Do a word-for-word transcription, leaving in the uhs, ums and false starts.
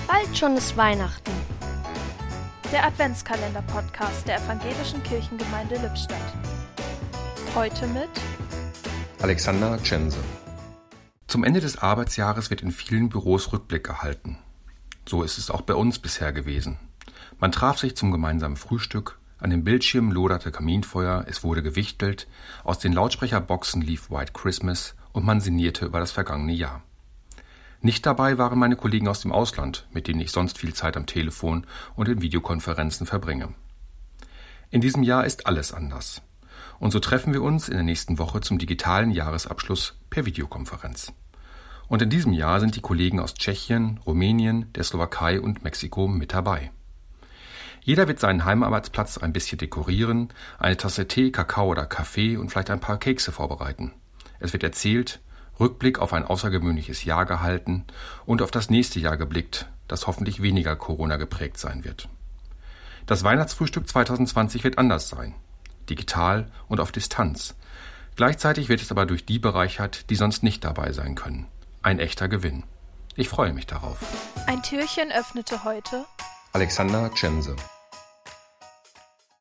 Bald schon ist Weihnachten. Der Adventskalender-Podcast der Evangelischen Kirchengemeinde Lippstadt. Heute mit Alexander Tschense. Zum Ende des Arbeitsjahres wird in vielen Büros Rückblick gehalten. So ist es auch bei uns bisher gewesen. Man traf sich zum gemeinsamen Frühstück, an dem Bildschirm loderte Kaminfeuer, es wurde gewichtelt, aus den Lautsprecherboxen lief White Christmas und man sinnierte über das vergangene Jahr. Nicht dabei waren meine Kollegen aus dem Ausland, mit denen ich sonst viel Zeit am Telefon und in Videokonferenzen verbringe. In diesem Jahr ist alles anders. Und so treffen wir uns in der nächsten Woche zum digitalen Jahresabschluss per Videokonferenz. Und in diesem Jahr sind die Kollegen aus Tschechien, Rumänien, der Slowakei und Mexiko mit dabei. Jeder wird seinen Heimarbeitsplatz ein bisschen dekorieren, eine Tasse Tee, Kakao oder Kaffee und vielleicht ein paar Kekse vorbereiten. Es wird erzählt, Rückblick auf ein außergewöhnliches Jahr gehalten und auf das nächste Jahr geblickt, das hoffentlich weniger Corona geprägt sein wird. Das Weihnachtsfrühstück zwanzig zwanzig wird anders sein, digital und auf Distanz. Gleichzeitig wird es aber durch die bereichert, die sonst nicht dabei sein können. Ein echter Gewinn. Ich freue mich darauf. Ein Türchen öffnete heute Alexander Tschense.